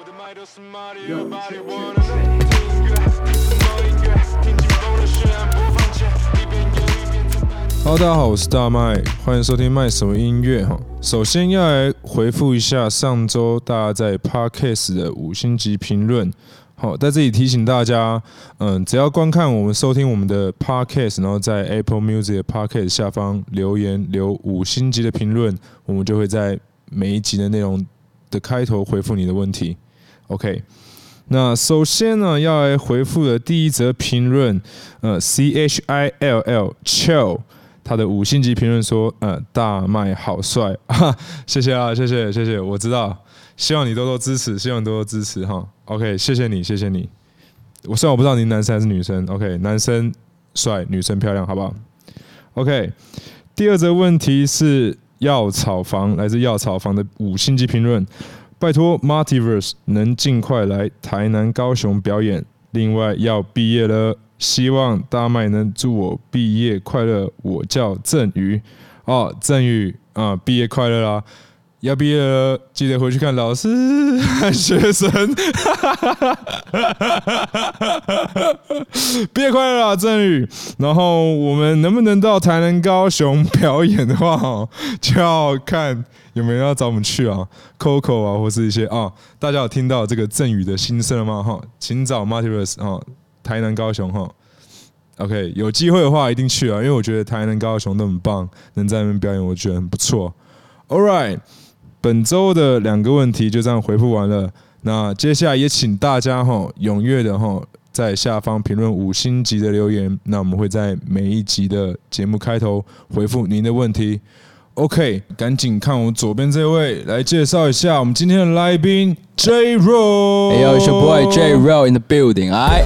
Hello， 大家好，我是大麦，欢迎收听麦什么音乐哈。首先要来回复一下上周大家在 Podcast 的5星级评论。好，在这里提醒大家，只要观看我们收听我们的 Podcast， 然后在 Apple Music 的 Podcast 下方留言留5星级的评论，我们就会在每一集的内容的开头回复你的问题。OK。那首先呢，要来回复的第一则评论，CHILL Chill， 他的5星级评论说，大麦好帅，谢谢啊，谢谢，我知道，希望你多多支持，哈 ，OK， 谢谢你，虽然我不知道你男生还是女生 ，OK， 男生帅，女生漂亮，好不好 ？OK， 第二则问题是药草房，来自药草房的5星级评论。拜托 Multiverse 能尽快来台南、高雄表演。另外要毕业了，希望大麦能祝我毕业快乐。我叫郑宇，郑宇毕业快乐啦！要毕业了，记得回去看老师和学生。毕业快乐啦，郑宇！然后我们能不能到台南、高雄表演的话，就要看有没有人要找我们去啊 ，Coco 啊，或是一些大家有听到这个郑宇的心声了吗？请找 Multiverse 台南、高雄OK， 有机会的话一定去啊，因为我觉得台南、高雄都很棒，能在那边表演，我觉得很不错。All right， 本周的2个问题就这样回复完了。那接下来也请大家踊跃的在下方评论5星级的留言，那我们会在每一集的节目开头回复您的问题。OK， 赶紧看我左边这位来介绍一下我们今天的来宾 J Ro。 Hey yo, it's your boy J Ro in the building. Alright.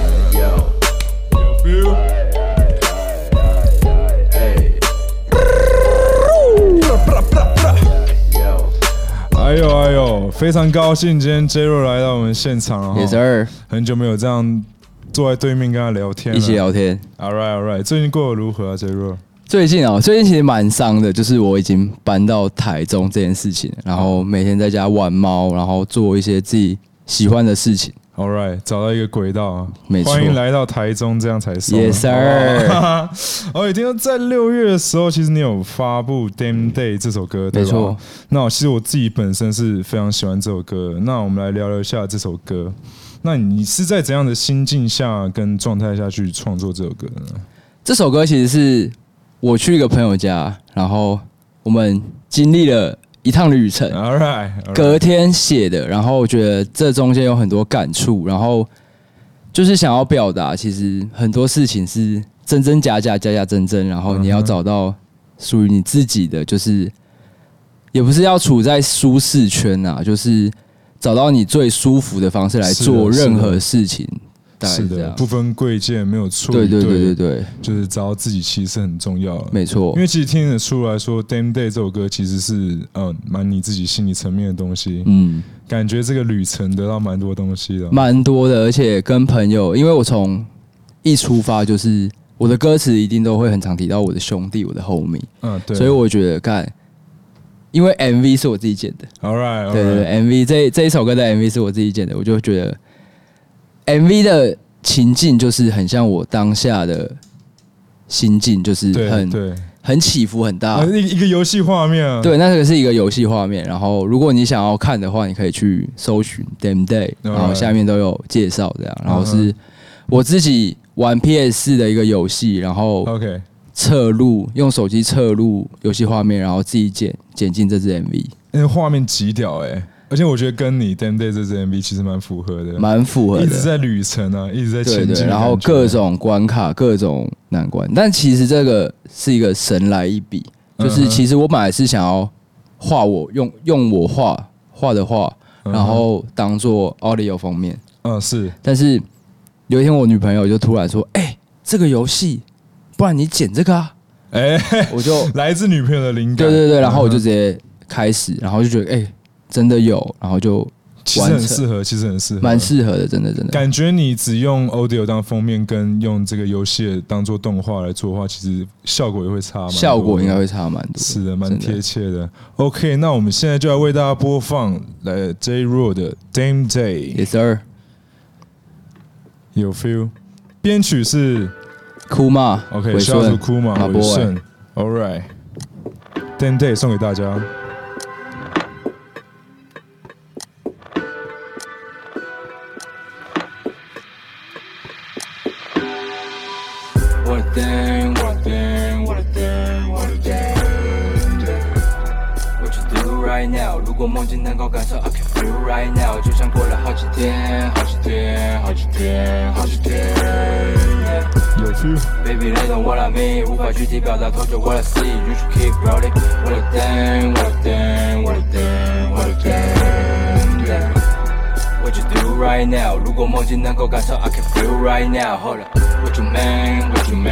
哎呦，非常高兴今天 J Ro 来到我们现场了。 Yes sir。 很久没有这样坐在对面跟他聊天了， 一起聊天。 All right， 最近过得如何啊 ，J Ro？ 最近其实蛮伤的，就是我已经搬到台中这件事情，然后每天在家玩猫，然后做一些自己喜欢的事情。 All right， 找到一个轨道啊， 没错。 欢迎来到台中，这样才熟。 Yes sir。 听说在6月的时候，其实你有发布《Damn Day》这首歌，对吧？ 没错。 那其实我自己本身是非常喜欢这首歌，那我们来聊聊一下这首歌。那你是在怎样的心境下跟状态下去创作这首歌呢？ 这首歌其实是我去一个朋友家，然后我们经历了一趟旅程 All right， 隔天写的，然后我觉得这中间有很多感触，然后就是想要表达，其实很多事情是真真假假，假假真真，然后你要找到属于你自己的，就是也不是要处在舒适圈啊，就是找到你最舒服的方式来做任何事情。 是的，不分贵贱，没有错。 对， 就是找到自己其实很重要。 没错， 因为其实听得出来说，《Damn Day》这首歌其实是蛮你自己心理层面的东西。感觉这个旅程得到蛮多东西的， 蛮多的，而且跟朋友，因为我从一出发就是我的歌词一定都会很常提到我的兄弟、我的homie。 对， 所以我觉得因为 MV 是我自己剪的。 All right， 对 ，MV 这一首歌的 MV 是我自己剪的，我就觉得。MV 的情境就是很像我当下的心境，就是很起伏很大， 一个游戏画面啊。 对，那个是一个游戏画面。然后，如果你想要看的话，你可以去搜寻 Damn Day， 然后下面都有介绍这样。然后是我自己玩 PS4 的一个游戏，然后用手机侧录游戏画面，然后自己剪进这支 MV。 那个画面极屌而且我觉得跟你 Damn Day 这支 MV 其实蛮符合的， 一直在旅程啊，一直在前进， 然后各种关卡、各种难关。但其实这个是一个神来一笔，就是其实我本来是想要画用我画的画，然后当做 audio 封面。 是。 但是有一天我女朋友就突然说：“这个游戏，不然你剪这个啊？”我就来自女朋友的灵感。 对，然后我就直接开始，然后就觉得真的有，然后就其实很适合，其实很适合， 蛮适合的，真的。 感觉你只用 audio 当封面，跟用这个游戏当做动画来做的话，其实效果也会差蛮多的， 效果应该会差蛮多。 是的，蛮贴切的。OK， 那我们现在就要为大家播放来 J Raw 的 Damn Day。 Yes sir， 有 feel。编曲是哭嘛 ，OK， 小组哭嘛，伟顺 ，All right，Damn Day 送给大家。 如果梦境能够感受 I can feel right now 就像过了好几天有 feel Baby they don't what I mean 无法具体表达 Told you what I see You should keep rolling What a damn What you do right now 如果梦境能够感受 I can feel right now Hold up What you mean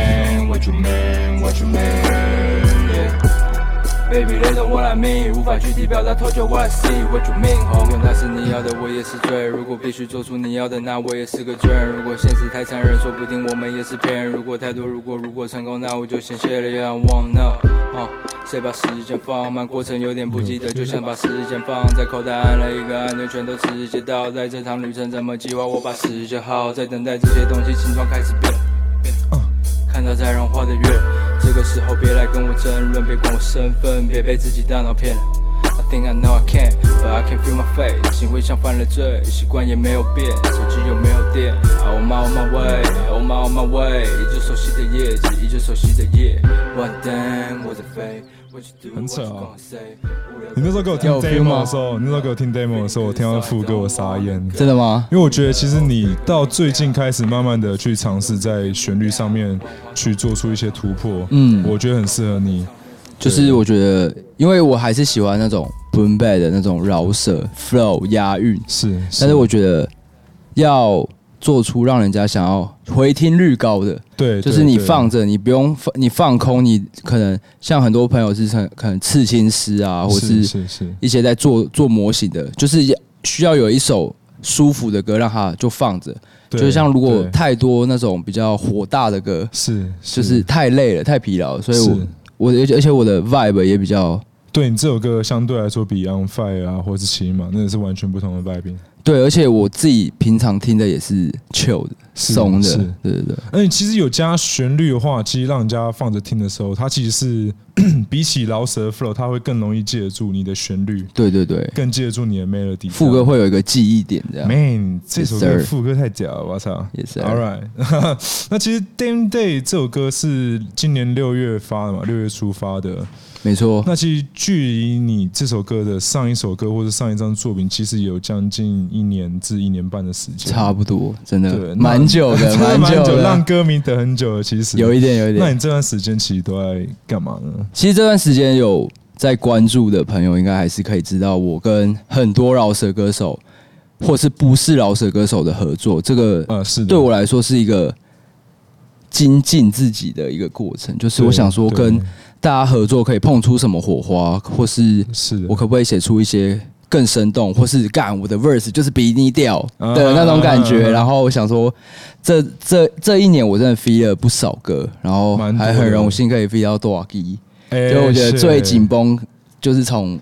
Baby they don't what I mean 无法具体表达 Told you what I see What you mean home 原来是你要的我也是罪如果必须做出你要的那我也是个罪人如果现实太残忍说不定我们也是骗人如果太多如果成功那我就先谢了 Yeah I won't know 谁把时间放慢过程有点不记得就像把时间放在口袋按了一个按钮全都直接倒在这趟旅程怎么计划我把时间耗在等待这些东西形状开始变看到在融化的月这个时候别来跟我争论别管我身份别被自己大脑骗了 I think I know I can But I can feel my face 行为像犯了罪习惯也没有变手机又没有电 On my way On my way 依旧熟悉的夜景依旧熟悉的夜 One day 我在飞很扯啊！你那时候给我听 demo 的时候，我听到副歌我傻眼。 真的吗？ 因为我觉得其实你到最近开始慢慢的去尝试在旋律上面去做出一些突破，我觉得很适合你。 就是我觉得，因为我还是喜欢那种 boom bap 的那种饶舌 flow 押韵，但是我觉得要做出让人家想要回听率高的， 对， 就是你放着，你不用你放空，你可能像很多朋友是可能刺青师啊，或是一些在做模型的，就是需要有一首舒服的歌让他就放着，就像如果太多那种比较火大的歌，就是太累了，太疲劳了，所以而且我的 vibe 也比较。 对你这首歌相对来说比 On Fire 啊，或是骑马，那是完全不同的 vibe。 对，而且我自己平常听的也是 chill 的、松的，对。 而且其实有加旋律的话，其实让人家放着听的时候，它其实是比起饶舌 flow， 它会更容易记得住你的旋律。对，更记得住你的 melody。 副歌会有一个记忆点，这样。 Man， 这首歌副歌太屌了，我操 ！Yes All right 那其实 Damn Day 这首歌是今年6月发的嘛，6月初发的。 没错， 那其实距离你这首歌的上一首歌或者上一张作品，其实也有将近1年至1年半的时间， 差不多，真的蛮久的，蛮久的， 让歌迷等很久了。其实有一点。 那你这段时间其实都在干嘛呢？ 其实这段时间有在关注的朋友，应该还是可以知道，我跟很多饶舌歌手，或是不是饶舌歌手的合作，这个对我来说是一个精进自己的一个过程，就是我想说跟大家合作可以碰出什么火花，或是我可不可以写出一些更生动，或是干我的 verse 就是比你屌的那种感觉。然后我想说，这一年我真的 feat 了不少歌，然后还很荣幸可以 feat 到多少 G。就我觉得最紧绷就是从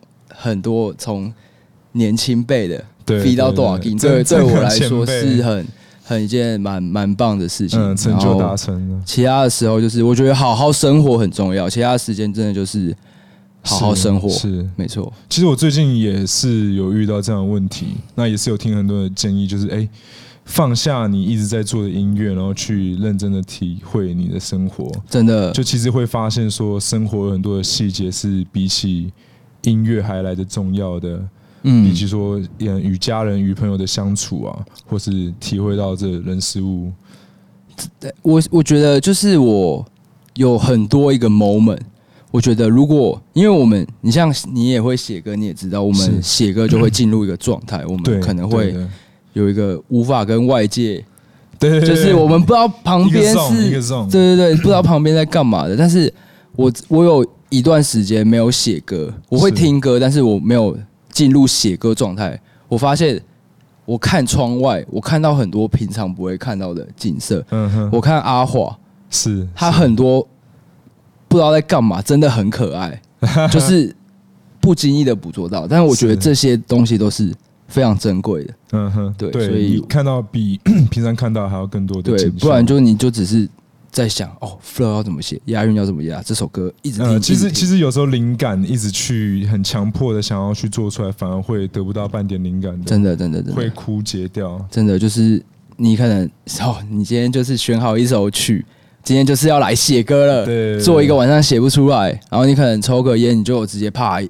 年轻辈的 feat 到多少 G， 对我来说是很一件蛮棒的事情， 成就达成了。 其他的时候就是我觉得好好生活很重要，其他的时间真的就是好好生活， 是没错。 其实我最近也是有遇到这样的问题，那也是有听很多的建议，就是放下你一直在做的音乐，然后去认真的体会你的生活。 真的， 就其实会发现说，生活有很多的细节是比起音乐还来的重要的。比起说与家人、与朋友的相处啊，或是体会到这人事物， 我觉得就是我有很多一个 moment， 我觉得如果因为你像你也会写歌，你也知道，我们写歌就会进入一个状态，我们可能会有一个无法跟外界， 对， 就是我们不知道旁边是，对，不知道旁边在干嘛的，但是我有一段时间没有写歌，我会听歌，但是我没有进入写歌状态，我发现我看窗外，我看到很多平常不会看到的景色。我看阿华，他很多不知道在干嘛，真的很可爱，就是不经意的捕捉到。但是我觉得这些东西都是非常珍贵的。对，所以你看到比平常看到还要更多的景象， 对，不然你就只是在想flow 要怎么写，押韵要怎么押，这首歌一直听。 其实有时候灵感一直去很强迫的想要去做出来，反而会得不到半点灵感的， 真的会枯竭掉。 真的就是你可能你今天就是选好一首曲，今天就是要来写歌了， 对， 做一个晚上写不出来，然后你可能抽个烟，你就直接啪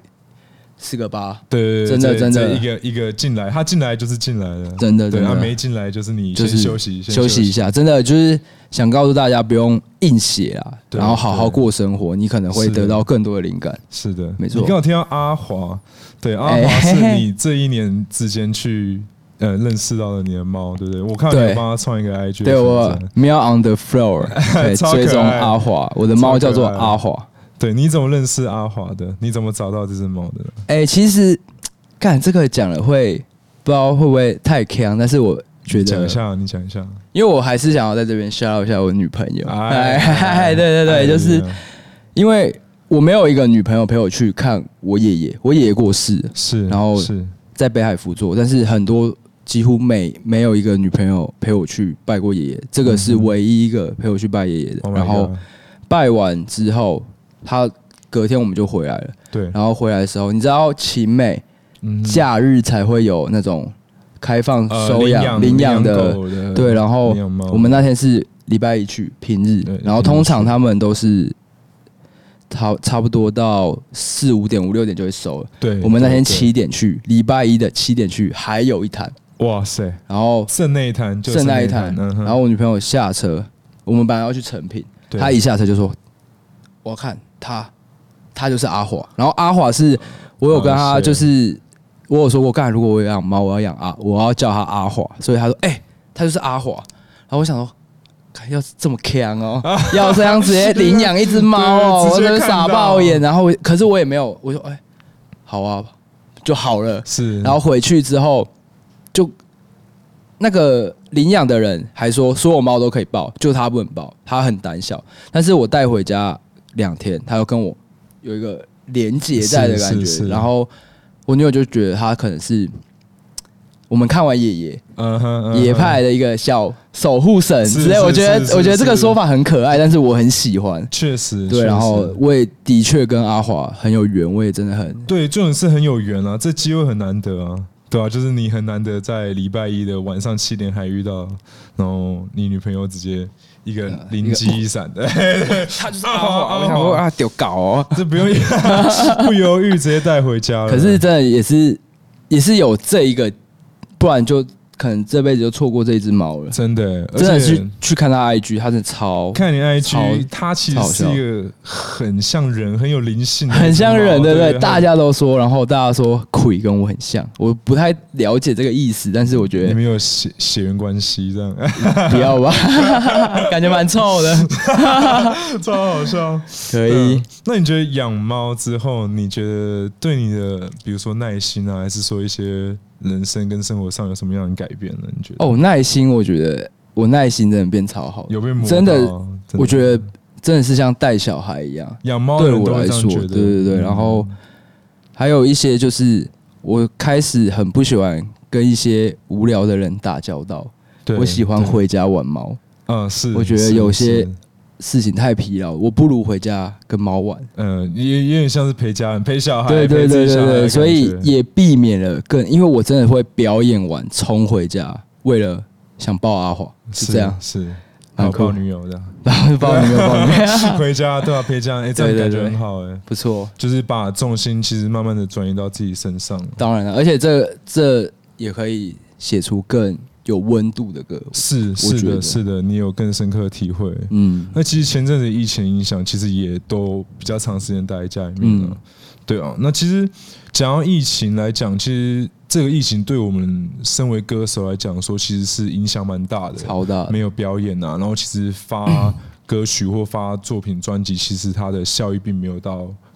4个8， 对， 真的一个进来，他进来就是进来了， 真的， 对，他没进来就是你先休息一下，真的就是想告诉大家不用硬写啊，然后好好过生活，你可能会得到更多的灵感。 是的， 没错。 你刚好听到阿华，对，阿华是你这1年之间去认识到了你的猫，对不对？我看到你有帮他创一个 IG， 对我 Meow on the floor， 对，追踪阿华，我的猫叫做阿华。 对，你怎么认识阿华的？你怎么找到这只猫的？ 其实这个讲了会不知道会不会太强，但是我觉得你讲一下，因为我还是想要在这边 shout out 一下我女朋友。对，就是因为我没有一个女朋友陪我去看我爷爷过世，然后在北海福座，但是几乎没有一个女朋友陪我去拜过爷爷，这个是唯一一个陪我去拜爷爷的。然后拜完之后，他隔天我们就回来了。对，然后回来的时候，你知道勤美假日才会有那种开放收养领养的，对。然后我们那天是礼拜1去平日，然后通常他们都是差不多到4、5点、5、6点就会收了。对，我们那天7点去，礼拜1的7点去，还有一摊。哇塞！然后剩那一摊，然后我女朋友下车，我们本来要去成品，她一下车就说：“我要看他就是阿华。”然后阿华是我有跟他就是我有说过，刚才如果我养猫，我要叫他阿华，所以他说：“他就是阿华。”然后我想说，要这么强哦，要这样直接领养一只猫哦，我真的傻爆眼。然后可是我也没有，我说好啊，就好了。是，然后回去之后。就那个领养的人还说，所有猫都可以抱，就他不能抱，他很胆小。但是我带回家2天，他又跟我有一个连结在的感觉。然后我女友就觉得他可能是我们看完爷爷派来的一个小守护神之类。我觉得这个说法很可爱，但是我很喜欢。确实，对。然后我也的确跟阿华很有缘，我也真的很对，这种是很有缘啊，这机会很难得啊。对啊，就是你很难得在礼拜1的晚上7点还遇到，然后你女朋友直接一个灵机一闪的， 他就是阿华，我想说丢搞哦， 这不用不犹豫直接带回家了。 可是真的也是有这一个，不然就可能这辈子就错过这一只猫了。真的去看他 IG， 他真的看你 IG， 他其实是一个很像人，很有灵性的， 很像人，对不对？大家都说，然后大家说鬼跟我很像，我不太了解这个意思，但是我觉得你们有血缘关系这样， 不要吧，感觉蛮臭的， 超好笑。 可以。 那你觉得养猫之后，你觉得对你的，比如说耐心啊，还是说一些人生跟生活上有什么样的改变呢？你觉得？ 耐心，我觉得我耐心真的变超好， 有被磨到， 真的，我觉得真的是像带小孩一样。 养猫对我来说，对。然后还有一些就是我开始很不喜欢跟一些无聊的人打交道，我喜欢回家玩猫。是，我觉得有些事情太疲劳，我不如回家跟猫玩。 也有点像是陪家人、陪小孩。 对，所以也避免了因为我真的会表演完冲回家，为了想抱阿华，是这样。 是，然后抱女友这样， 然后抱女友回家对吧？陪家人，这样感觉很好不错。 就是把重心其实慢慢的转移到自己身上。 当然了，而且这也可以写出更有温度的歌， 是的，你有更深刻的体会。那其实前阵子疫情影响，其实也都比较长时间待在家里面了。对啊，那其实讲到疫情来讲，其实这个疫情对我们身为歌手来讲说，其实是影响蛮大的， 超大的， 没有表演然后其实发歌曲或发作品专辑，其实它的效益并没有到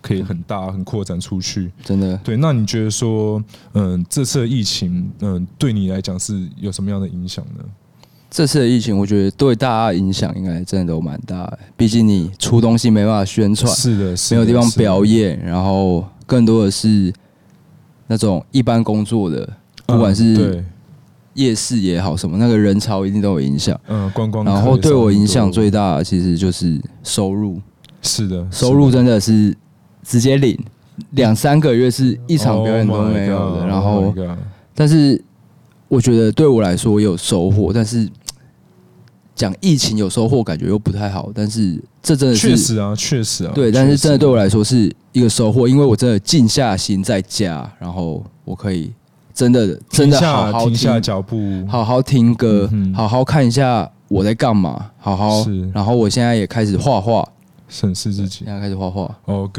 可以很大很扩展出去。 真的。 对，那你觉得说，这次的疫情，对你来讲是有什么样的影响呢？ 这次的疫情，我觉得对大家的影响应该真的都蛮大的。毕竟你出东西没办法宣传， 是的， 没有地方表演，然后更多的是那种一般工作的，不管是夜市也好，什么那个人潮一定都有影响。 观光。 然后对我影响最大的其实就是收入。 是的， 收入真的是直接领2-3个月是一场表演都没有的。然后，但是我觉得对我来说有收获，但是讲疫情有收获感觉又不太好。但是这真的是确实啊， 对，但是真的对我来说是一个收获，因为我真的静下心在家，然后我可以真的好好停下脚步， 好好听歌，好好看一下我在干嘛，好好。然后我现在也开始画画， 审视自己。 现在开始画画。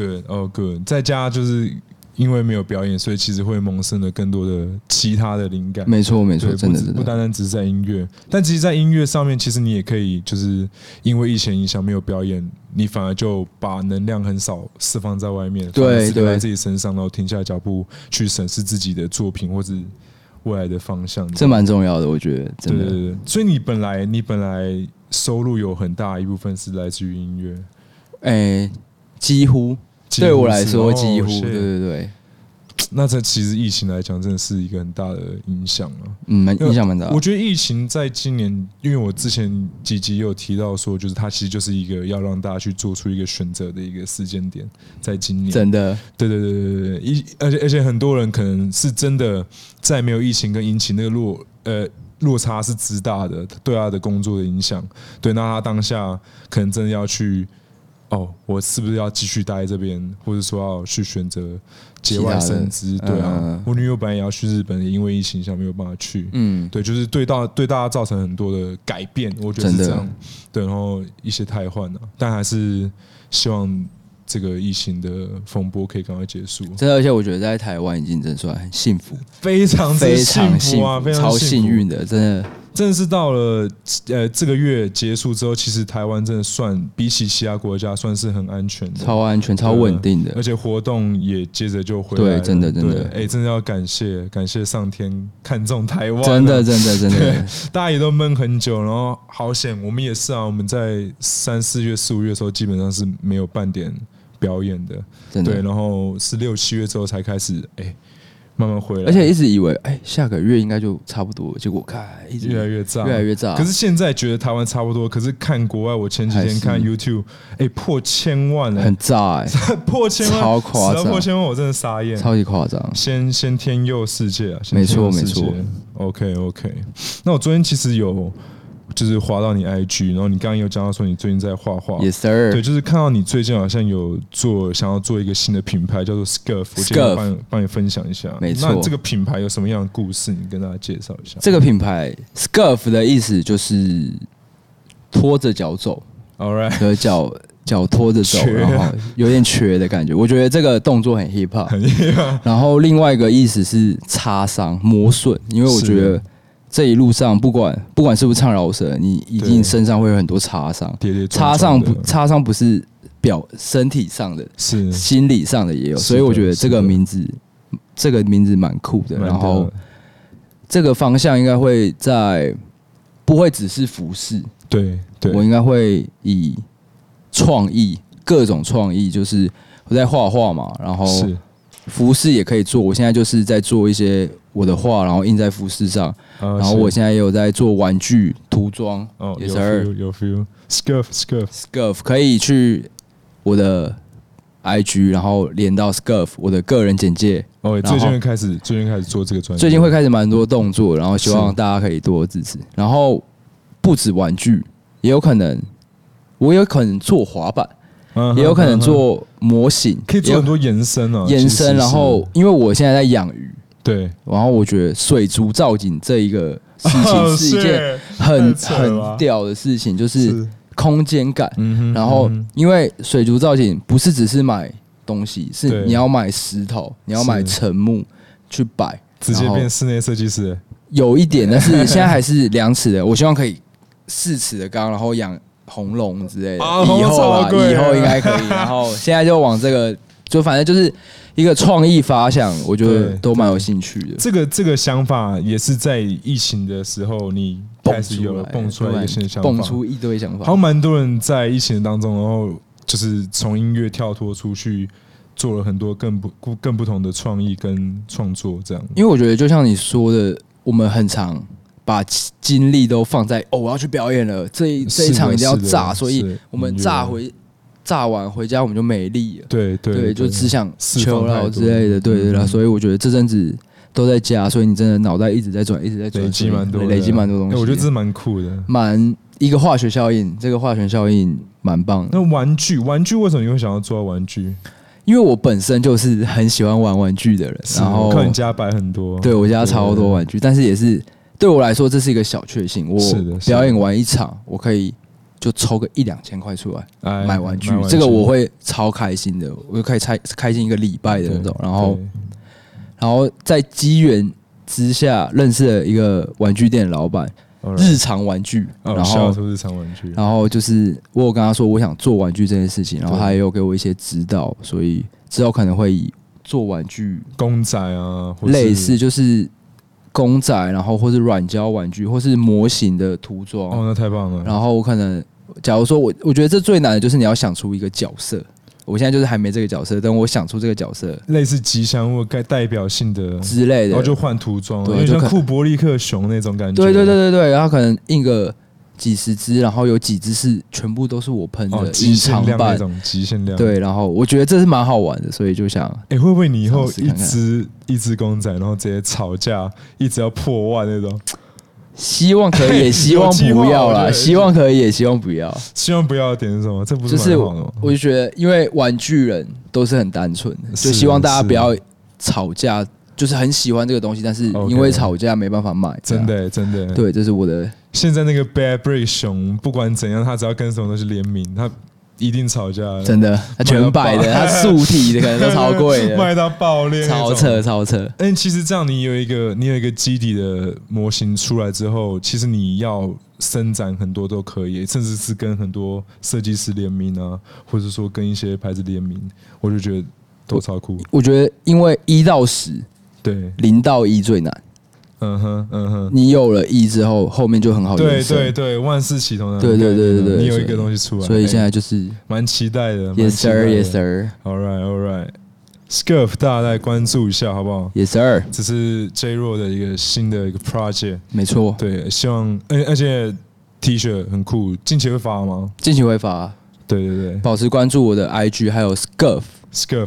good，在家就是因为没有表演，所以其实会萌生了更多的其他的灵感。 没错，真的不单单只是在音乐，但其实，在音乐上面，其实你也可以，就是因为疫情影响没有表演，你反而就把能量很少释放在外面， 对， 在自己身上，然后停下脚步去审视自己的作品或者未来的方向。 这蛮重要的，我觉得。真的。 对。所以你本来收入有很大一部分是来自于音乐， 几乎。对我来说，几乎。对。 那这其实疫情来讲，真的是一个很大的影响啊。 影响蛮大。 我觉得疫情在今年，因为我之前几集有提到说，就是它其实就是一个要让大家去做出一个选择的一个时间点，在今年。真的。 对。而且很多人可能是真的在没有疫情跟引起那个落差是之大的，对他的工作的影响。对，那他当下可能真的要去。我是不是要继续待在这边，或者说要去选择节外生枝？对啊，我女友本来也要去日本，因为疫情下没有办法去。对，就是对大家造成很多的改变，我觉得是这样。对，然后一些汰换啊，但还是希望这个疫情的风波可以赶快结束。 真的，而且我觉得在台湾已经真的算很幸福， 非常幸福啊，非常超幸运的， 真的是到了这个月结束之后，其实台湾真的算比起其他国家算是很安全的， 超安全、超稳定的， 而且活动也接着就回来了。 对，真的， 真的要感谢上天看中台湾， 真的， 大家也都闷很久，然后好险，我们也是啊，我们在3、4月、4、5月的时候基本上是没有半点表演的，对，然后是6、7月之后才开始慢慢回来， 而且一直以为下个月应该就差不多，结果看一直越来越炸。可是现在觉得台湾差不多，可是看国外，我前几天看 YouTube，破1000万了， 很炸破1000万， 超夸张， 破1000万我真的傻眼， 超级夸张。 先天佑世界啊， 没错。 OK， 那我昨天其实有。就是滑到你 IG， 然后你刚刚有讲到说你最近在画画 ，Yes sir， 对，就是看到你最近好像有想要做一个新的品牌，叫做 Scuff， 我今天帮你分享一下。 没错， 那这个品牌有什么样的故事？你跟大家介绍一下。 这个品牌 Scuff 的意思就是拖着脚走 ，Alright， 和脚拖着走，然后有点瘸的感觉。我觉得这个动作很 hip hop， 然后另外一个意思是擦伤、磨损，因为我觉得。这一路上，不管是不是唱饶舌，你一定身上会有很多擦伤。擦伤不是身体上的，是心理上的也有。所以我觉得这个名字蛮酷的。然后这个方向应该会不会只是服饰。对，我应该会以各种创意，就是我在画画嘛，然后服饰也可以做。我现在就是在做一些我的画，然后印在服饰上。然后我现在也有在做玩具涂装， 有 feel。Scuff 可以去我的 IG， 然后连到 Scuff 我的个人简介。 最近会开始做这个专辑， 最近会开始蛮多动作，然后希望大家可以多支持。然后不止玩具，我有可能做滑板，也有可能做模型， 可以做很多延伸啊。 然后因为我现在在养鱼。 对， 然后我觉得水族造景这一个事情是一件很屌的事情，就是空间感。然后因为水族造景不是只是买东西，是你要买石头，你要买沉木去摆， 直接变室内设计师。 有一点，但是现在还是2尺的，我希望可以4尺的缸，然后养红龙之类的。以后应该可以。然后现在就往这个就反正就是一个创意发想，我觉得都蛮有兴趣的。 这个想法也是在疫情的时候，你开始有蹦出来一个新的想法， 蹦出一堆想法。 好像蛮多人在疫情当中，然后就是从音乐跳脱出去，做了很多更不同的创意跟创作这样。 因为我觉得就像你说的，我们很常把精力都放在我要去表演了，这一场一定要炸，所以我们炸完回家我们就没力了。对，就只想求饶之类的。对，所以我觉得这阵子都在家，所以你真的脑袋一直在转，累积蛮多东西。 我觉得这蛮酷的， 一个化学效应，这个化学效应蛮棒的。 那玩具为什么你会想要做玩具？ 因为我本身就是很喜欢玩玩具的人，然后看你家摆很多， 对我家超多玩具，但是也是对我来说这是一个小确幸。我表演完一场，我可以就抽个1-2千块出来买玩具，这个我会超开心的，我就可以开心1个礼拜的那种。然后在机缘之下认识了一个玩具店的老板。日常玩具，然后就是我有跟他说我想做玩具这件事情，然后他也有给我一些指导，所以之后可能会以做玩具公仔啊， 类似就是公仔，然后或是软胶玩具，或是模型的涂装。 哦，那太棒了。 然后我可能假如说我觉得这最难的就是你要想出一个角色。我现在就是还没这个角色，等我想出这个角色， 类似吉祥物、代表性的之类的， 然后就换涂装，有点像库伯利克熊那种感觉。 对，然后可能印个几十只，然后有几只是全部都是我喷的隐藏版那种极限量。 对，然后我觉得这是蛮好玩的，所以就想， 会不会你以后一只公仔，然后直接吵架，一直要破万那种？ 希望可以，也希望不要啦。希望可以，也希望不要。 希望不要的点是什么？这不是蛮好的吗？ 我就觉得，因为玩具人都是很单纯的，就希望大家不要吵架，就是很喜欢这个东西，但是因为吵架没办法买。 真的。 对，这是我的。 现在那个 Bad Break 熊，不管怎样，他只要跟什么东西联名，他一定吵架。 真的，他全摆的，他素体的可能都超贵的， 卖到爆裂， 超扯。 但其实这样，你有一个基底的模型出来之后，其实你要伸展很多都可以，甚至是跟很多设计师联名啊，或者说跟一些牌子联名，我就觉得都超酷。 我觉得因为1到10， 对 0到1最难。你有了1之后，后面就很好延伸。 对，万事起头难。 对， 你有一个东西出来， 所以现在就是蛮期待的。 Yes sir. All right. Scurf 大家来关注一下，好不好 ？Yes sir. 这是 J-Ro 的一个新的一个 project。 没错。 对，希望而且 T 恤很酷，近期会发吗？ 近期会发。对，保持关注我的 IG， 还有 Scurf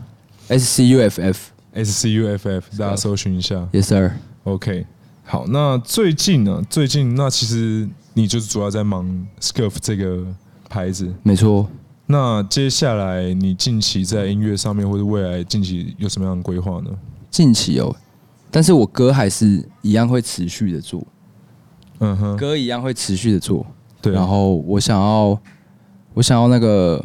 SCUFF， 大家搜寻一下。 Yes sir. OK， 好，那最近那其实你就是主要在忙 Scurf 这个牌子， 没错。 那接下来你近期在音乐上面或者未来近期有什么样的规划呢？ 近期但是我歌还是一样会持续的做，歌一样会持续的做。对，然后我想要那个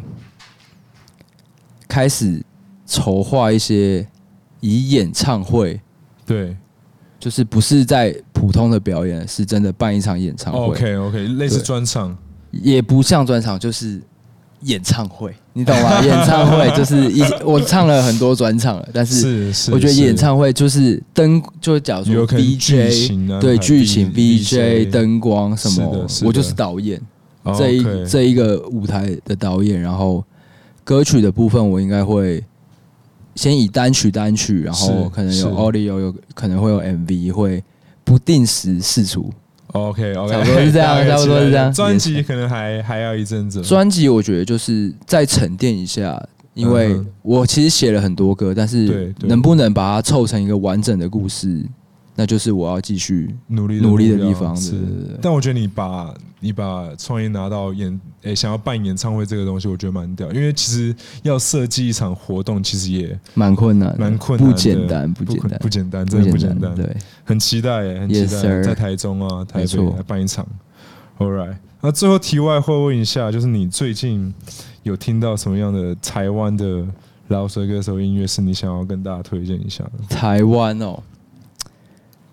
开始筹划一些以演唱会， 对。 就是不是在普通的表演，是真的办一场演唱会。 OK， 类似专场， 也不像专场，就是演唱会，你懂吗？演唱会就是我唱了很多专场了，但是我觉得演唱会就是就假如说 DJ 对剧情 VJ 灯光什么，我就是导演这一个舞台的导演，然后歌曲的部分我应该会。先以单曲，然后可能有 audio， 有可能会有 MV， 会不定时释出。 OK， 差不多是这样， 专辑可能还要一阵子。 专辑我觉得就是再沉淀一下，因为我其实写了很多歌，但是能不能把它凑成一个完整的故事，那就是我要继续努力的地方。是， 但我觉得你把创意拿到想要办演唱会这个东西，我觉得蛮屌，因为其实要设计一场活动，其实也蛮困难， 不简单， 真的不简单。对，很期待，很期待在台中啊、台北来办一场。All right， 那最后题外话问一下，就是你最近有听到什么样的台湾的饶舌歌手音乐是你想要跟大家推荐一下的？ 台湾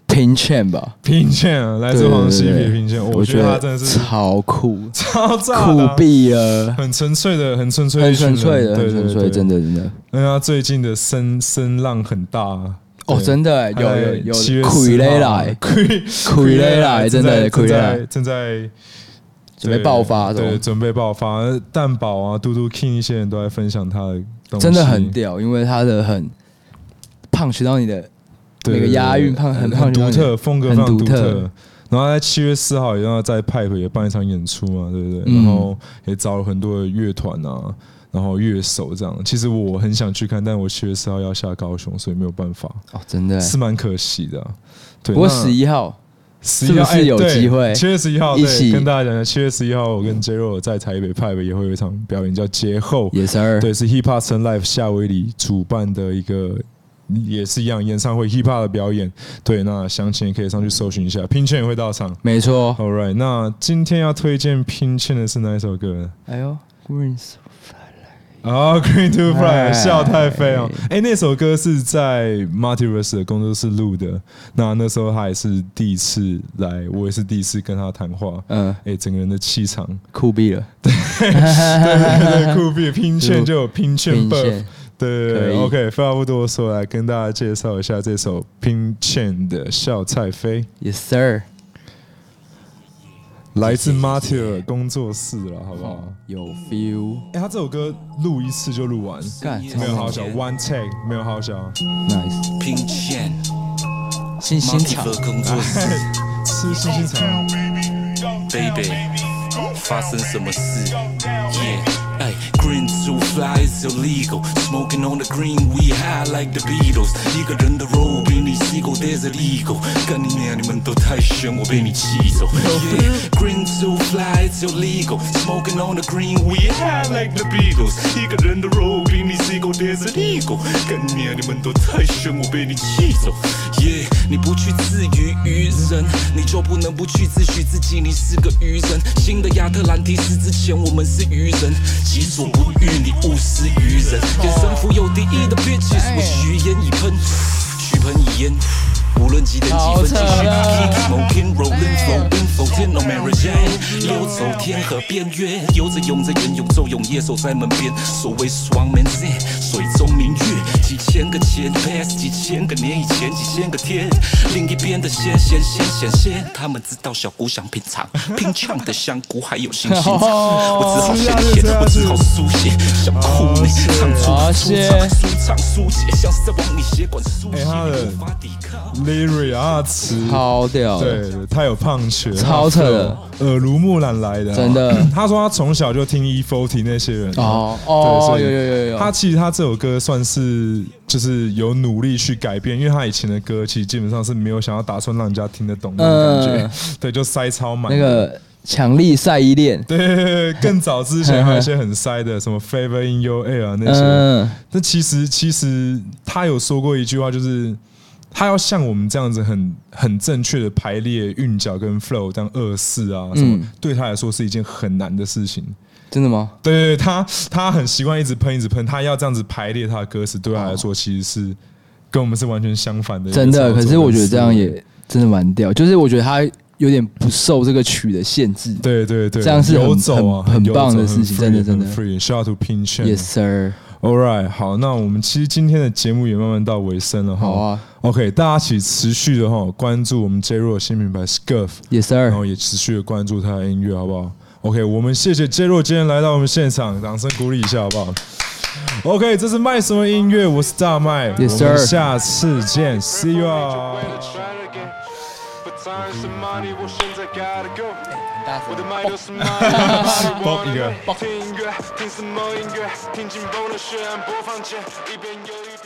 拼券吧， 拼券啊，来自黄西皮拼券，我觉得他真的是超酷， 超炸的， 酷毙了， 很纯粹的，很纯粹， 很纯粹的，很纯粹，真的。 因为他最近的声浪很大哦，真的有 7月傀儡来，傀儡来，真的傀儡来， 正在准备爆发， 对，准备爆发。蛋宝啊，嘟嘟 King 一些人都在分享他的东西， 真的很屌，因为他的很punch到你的那个押韵，很独特，风格非常独特。然后在7月4号也要在 Pipe 也办一场演出嘛，对不对？然后也找了很多的乐团啊。然后乐手这样，其实我很想去看，但我7月4号要下高雄，所以没有办法。 哦，真的是蛮可惜的。对， 不过11号是不是有机会 ？7月11号一起跟大家讲一下，7月11号我跟 J-Ro 在台北 Pipe 也会有一场表演，叫节后。 Yes sir。 对，是 Hip Hop Sun Life 夏威夷主办的一个，也是一样演唱会 Hip Hop 的表演。对，那详情也可以上去搜寻一下。拼券也会到场。 没错。 All right， 那今天要推荐拼券的是哪一首歌？ 哎呦 ，Greens。 Green to Fly 笑太飞哦！那首歌是在 Multiverse 的工作室录的。那时候他也是第一次来，我也是第一次跟他谈话。整个人的气场酷毙了。 对，酷毙！拼券就有拼券 buff。对 ，OK， 废话不多说，来跟大家介绍一下这首拼券的笑太飞。 Yes sir。 来自 Martyr 工作室了，好不好？ 有 feel。 他这首歌录一次就录完，没有好小 ，one take 没有好小 ，nice。拼券，新场， 工作室，吃新场 ，baby， 发生什么事 ？Yeah。Green to fly is illegal. Smoking on the green, we high like the Beatles. 一个人的肉比你细狗 Desert Eagle. 干你娘，你们都太凶，我被你气走。Yeah, green to fly is illegal. Smoking on the green, we high like the Beatles. 一个人的肉比你细狗 Desert Eagle. 干你娘，你们都太凶，我被你气走。Yeah， 你不去自娱于人，你就不能不去自诩自己你是个愚人。新的亚特兰蒂斯之前，我们是愚人。己所不欲，你勿施于人。眼神富有敌意的 bitches， 我许言已喷，许喷已烟。无论几点几分，继续 keep smoking rolling flowing floating on Mary Jane， 游走天河边缘，游着涌着远涌骤涌，夜守在门边。所谓双门剑，水中明月，几千个前 past 几千个年以前，几千个天。另一边的仙，他们知道小姑想品尝拼呛的香菇，还有新鲜肠。我只好先舔，我只好书写，想哭你唱出舒畅疏解，像是在往你血管输血，无法抵抗。 lyric 啊，词超屌， 对，他有punch， 超扯的， 耳濡目染来的， 真的。 他说他从小就听 E40 那些人， 有。 他其实他这首歌算是就是有努力去改变，因为他以前的歌其实基本上是没有想要打算让人家听得懂那种感觉，对，就塞超满。 那个强力晒衣恋， 对，更早之前还有一些很塞的，什么 Flavor in Your Air 啊那些。那其实他有说过一句话，就是他要像我们这样子很正确的排列韵脚跟 flow， 这样2-4啊什么，对他来说是一件很难的事情。 真的吗？ 对，他很习惯一直喷，他要这样子排列他的歌词，对他来说其实是跟我们是完全相反的。 真的，可是我觉得这样也真的蛮屌，就是我觉得他有点不受这个曲的限制。 对， 这样是很棒的事情，真的。 Shout out to Pin Chen。 Yes sir。All right， 好，那我们其实今天的节目也慢慢到尾声了哈。 好啊。 OK， 大家请持续的关注我们 J-Ro 的新品牌 Scuff。Yes sir。 然后也持续的关注他的音乐，好不好 ？OK， 我们谢谢 J-Ro 今天来到我们现场，掌声鼓励一下，好不好 ？OK， 这是卖什么音乐？我是大麦。 Yes sir。 我们下次见 ，See you all。 我的麦都是麦， 爆一个。 听音乐，听什么音乐？听紧绷的血案播放键，一边犹豫。